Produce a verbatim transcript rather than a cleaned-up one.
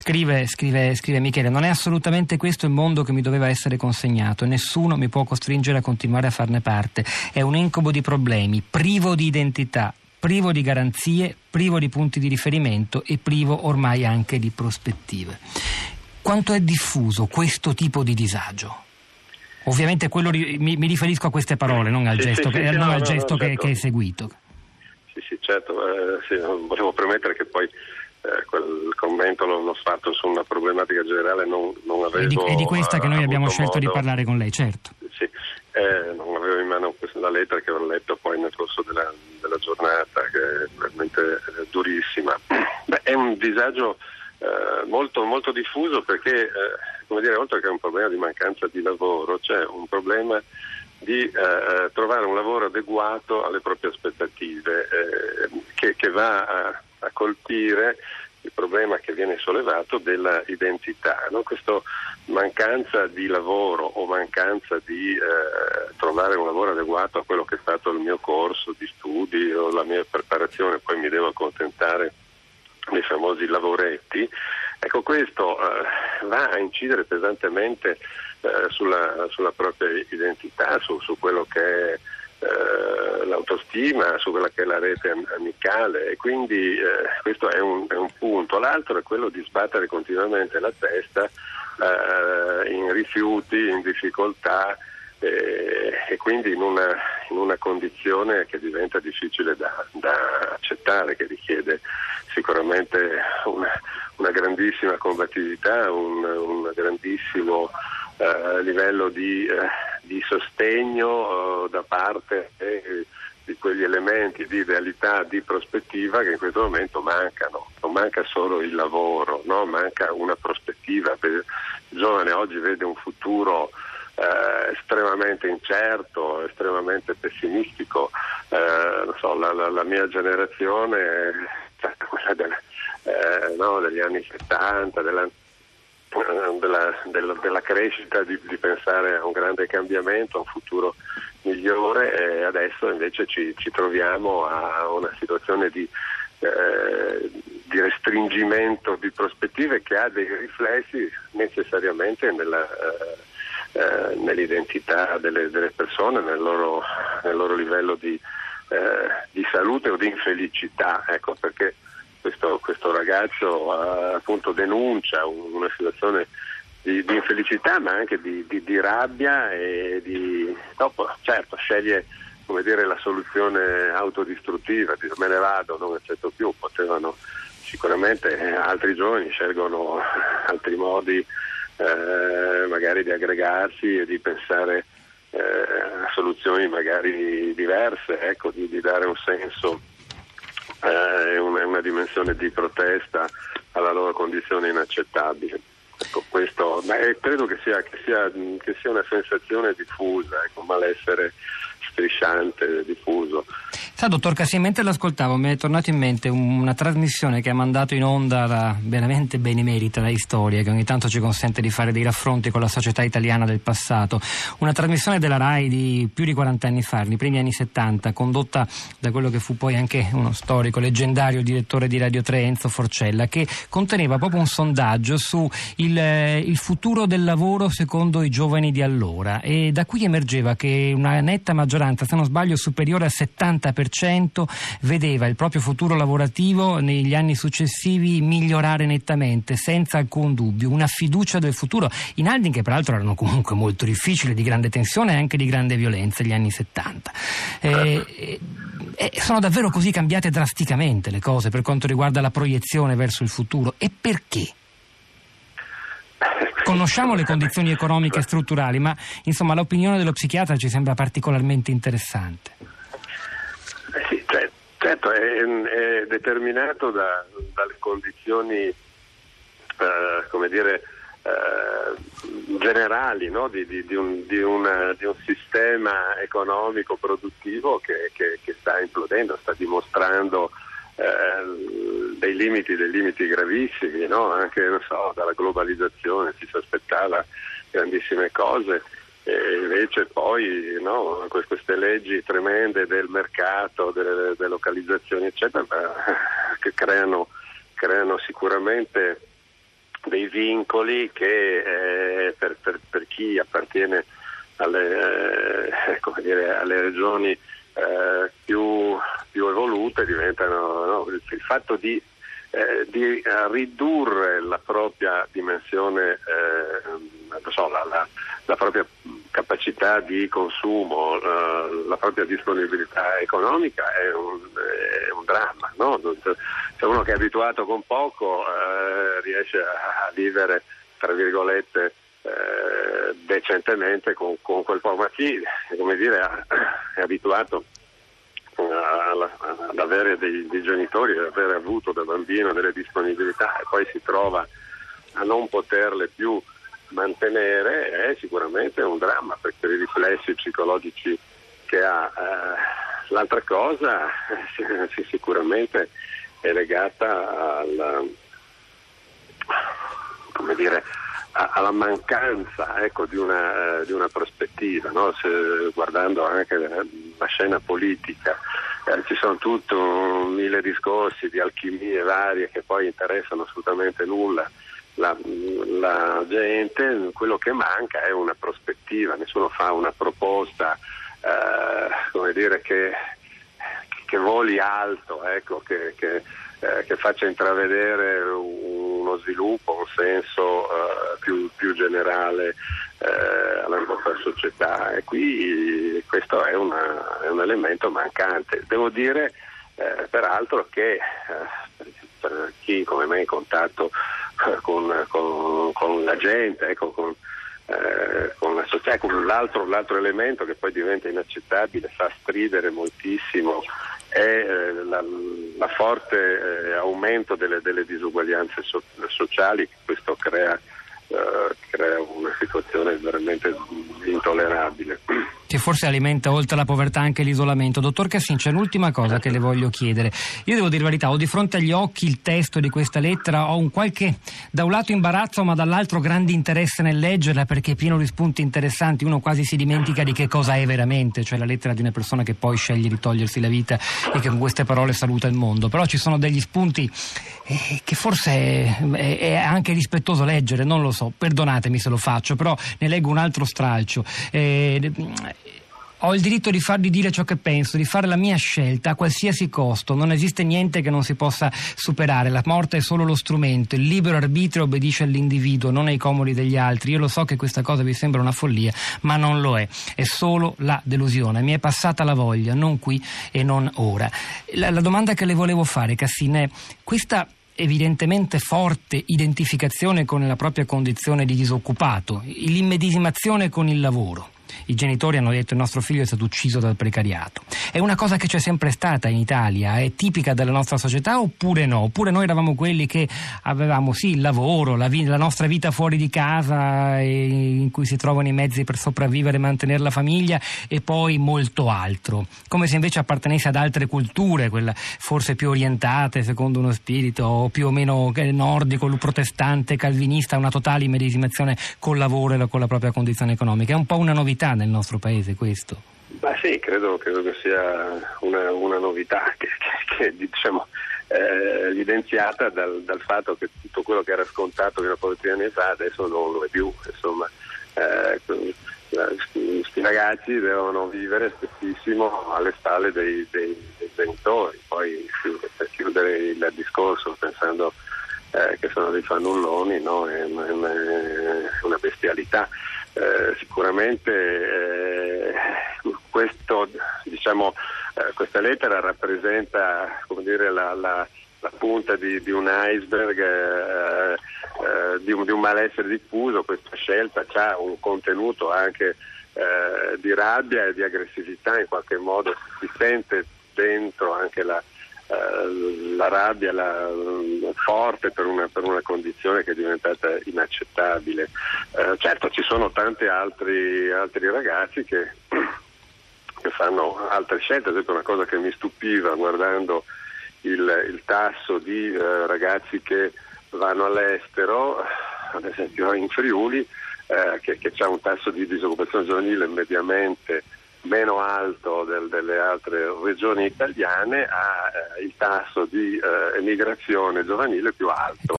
Scrive, scrive, scrive Michele: non è assolutamente questo il mondo che mi doveva essere consegnato, nessuno mi può costringere a continuare a farne parte, è un incubo di problemi, privo di identità, privo di garanzie, privo di punti di riferimento e privo ormai anche di prospettive. Quanto è diffuso questo tipo di disagio? Ovviamente quello ri- mi, mi riferisco a queste parole, non al sì, gesto, sì, che, sì, non no, al no, gesto no, che, certo. che è seguito. Sì, sì, certo, eh, sì, volevo premettere che poi eh, quel commento l'ho, l'ho fatto su una problematica generale, non, non avevo... È di, è di questa che noi abbiamo scelto modo, di parlare con lei, certo. Sì, eh, non avevo in mano la lettera che ho letto poi nel corso della, della giornata, che è veramente eh, durissima. Beh, è un disagio eh, molto, molto diffuso perché, eh, come dire, oltre che un problema di mancanza di lavoro, c'è un problema di eh, trovare un lavoro adeguato alle proprie aspettative, eh, che, che va a, a colpire il problema che viene sollevato della identità, no? Questa mancanza di lavoro o mancanza di eh, trovare un lavoro adeguato a quello che è stato il mio corso di studi o la mia preparazione, poi mi devo accontentare dei famosi lavoretti. Ecco, questo eh, va a incidere pesantemente eh, sulla, sulla propria identità, su, su quello che è eh, l'autostima, su quella che è la rete amicale, e quindi eh, questo è un, è un punto. L'altro è quello di sbattere continuamente la testa eh, in rifiuti, in difficoltà, eh, e quindi in una, in una condizione che diventa difficile da, da accettare, che richiede sicuramente una, una grandissima combattività, un, un grandissimo eh, livello di, eh, di sostegno eh, da parte eh, di quegli elementi di idealità, di prospettiva che in questo momento mancano. Non manca solo il lavoro, no? Manca una prospettiva. Il giovane oggi vede un futuro eh, estremamente incerto, estremamente pessimistico. Eh, non so, la, la, la mia generazione è stata quella del, eh, no, degli anni settanta, della, della, della, della crescita, di, di pensare a un grande cambiamento, a un futuro migliore, e adesso invece ci, ci troviamo a una situazione di, eh, di restringimento di prospettive che ha dei riflessi necessariamente nella, eh, eh, nell'identità delle, delle persone, nel loro, nel loro livello di, eh, di salute o di infelicità, ecco perché questo, questo ragazzo eh, appunto denuncia una situazione Di, di infelicità, ma anche di, di, di rabbia, e di dopo certo sceglie, come dire, la soluzione autodistruttiva, dice me ne vado, non accetto più. Potevano sicuramente eh, altri giovani scelgono altri modi eh, magari di aggregarsi e di pensare eh, a soluzioni magari diverse, ecco, di, di dare un senso e eh, una, una dimensione di protesta alla loro condizione inaccettabile. Ecco, questo, ma credo che sia, che sia, che sia una sensazione diffusa, ecco, un malessere strisciante, diffuso. Sa, dottor Cassi, mentre l'ascoltavo mi è tornato in mente una trasmissione che ha mandato in onda la veramente benemerita la Storia, che ogni tanto ci consente di fare dei raffronti con la società italiana del passato, una trasmissione della RAI di più di quaranta anni fa, nei primi anni settanta, condotta da quello che fu poi anche uno storico leggendario direttore di Radio tre, Enzo Forcella, che conteneva proprio un sondaggio su il, il futuro del lavoro secondo i giovani di allora, e da cui emergeva che una netta maggioranza, se non sbaglio superiore al settanta per cento, vedeva il proprio futuro lavorativo negli anni successivi migliorare nettamente, senza alcun dubbio, una fiducia del futuro in anni che peraltro erano comunque molto difficili, di grande tensione e anche di grande violenza, gli anni settanta. Eh, eh, sono davvero così cambiate drasticamente le cose per quanto riguarda la proiezione verso il futuro, e perché? Conosciamo le condizioni economiche e strutturali, ma insomma l'opinione dello psichiatra ci sembra particolarmente interessante. Eh sì, cioè, certo, è, è determinato da, dalle condizioni, eh, come dire, eh, generali, no? di, di, di, un, di, una, di un sistema economico produttivo che, che, che sta implodendo, sta dimostrando eh, dei limiti, dei limiti gravissimi, no? Anche, non so, dalla globalizzazione si aspettava grandissime cose. E invece poi no, queste leggi tremende del mercato, delle delocalizzazioni eccetera, che creano, creano sicuramente dei vincoli che eh, per, per, per chi appartiene alle, eh, come dire, alle regioni eh, più, più evolute diventano, no? il, il fatto di, eh, di ridurre la propria dimensione, eh, non so, la, la, la propria capacità di consumo, uh, la propria disponibilità economica è un, è un dramma, no? Se uno che è abituato con poco uh, riesce a vivere, tra virgolette, uh, decentemente con, con quel po', ma chi, come dire, è abituato ad avere dei, dei genitori, ad avere avuto da bambino delle disponibilità e poi si trova a non poterle più mantenere, è sicuramente un dramma perché i riflessi psicologici che ha. Eh, l'altra cosa eh, sicuramente è legata alla, come dire, a, alla mancanza, ecco, di una, eh, di una prospettiva, no? Se, guardando anche la, la scena politica, eh, ci sono tutto un mille discorsi di alchimie varie che poi interessano assolutamente nulla La, la gente. Quello che manca è una prospettiva, nessuno fa una proposta eh, come dire che, che voli alto, ecco, che, che, eh, che faccia intravedere uno sviluppo, un senso eh, più, più generale eh, alla nostra società, e qui questo è, una, è un elemento mancante. Devo dire eh, peraltro che eh, per chi come me è in contatto Con, con, con la gente, ecco, con, eh, con la società, con l'altro, l'altro elemento che poi diventa inaccettabile, fa stridere moltissimo, è eh, la, la forte eh, aumento delle, delle disuguaglianze so, sociali che questo crea, eh, crea una situazione veramente intollerabile. Che forse alimenta oltre la povertà anche l'isolamento. Dottor Cassin, c'è un'ultima cosa che le voglio chiedere. Io devo dire la verità, ho di fronte agli occhi il testo di questa lettera, ho un qualche, da un lato imbarazzo, ma dall'altro grande interesse nel leggerla perché è pieno di spunti interessanti. Uno quasi si dimentica di che cosa è veramente, cioè la lettera di una persona che poi sceglie di togliersi la vita e che con queste parole saluta il mondo. Però ci sono degli spunti eh, che forse è, è, è anche rispettoso leggere, non lo so, perdonatemi se lo faccio, però ne leggo un altro stralcio. Eh, Ho il diritto di fargli dire ciò che penso, di fare la mia scelta a qualsiasi costo. Non esiste niente che non si possa superare. La morte è solo lo strumento. Il libero arbitrio obbedisce all'individuo, non ai comodi degli altri. Io lo so che questa cosa vi sembra una follia, ma non lo è. È solo la delusione. Mi è passata la voglia, non qui e non ora. La, la domanda che le volevo fare, Cassin, è questa evidentemente forte identificazione con la propria condizione di disoccupato, l'immedesimazione con il lavoro. I genitori hanno detto: il nostro figlio è stato ucciso dal precariato. È una cosa che c'è sempre stata in Italia? È tipica della nostra società oppure no? Oppure noi eravamo quelli che avevamo sì il lavoro, la, vi- la nostra vita fuori di casa, e in cui si trovano i mezzi per sopravvivere e mantenere la famiglia, e poi molto altro, come se invece appartenesse ad altre culture, quella forse più orientate secondo uno spirito più o meno nordico, protestante, calvinista, una totale immedesimazione col lavoro e con la propria condizione economica. È un po' una novità nel nostro paese questo? Ma sì, credo, credo che sia una, una novità che, che, che diciamo eh, evidenziata dal, dal fatto che tutto quello che era scontato fino a pochi anni fa adesso non lo è più. Insomma, eh, questi ragazzi devono vivere spessissimo alle spalle dei, dei, dei genitori. Poi per chiudere il discorso, pensando eh, che sono dei fannulloni, no? È, è una bestialità. Eh, sicuramente eh, questo, diciamo, eh, questa lettera rappresenta, come dire, la, la, la punta di, di un iceberg, eh, eh, di, un, di un malessere diffuso. Questa scelta ha un contenuto anche eh, di rabbia e di aggressività, in qualche modo si sente dentro anche la la rabbia la, forte per una, per una condizione che è diventata inaccettabile. Eh, certo, ci sono tanti altri, altri ragazzi che, che fanno altre scelte. Ad esempio, una cosa che mi stupiva guardando il, il tasso di eh, ragazzi che vanno all'estero, ad esempio in Friuli, eh, che, che c'è un tasso di disoccupazione giovanile mediamente meno alto del, delle altre regioni italiane, ha eh, il tasso di eh, emigrazione giovanile più alto.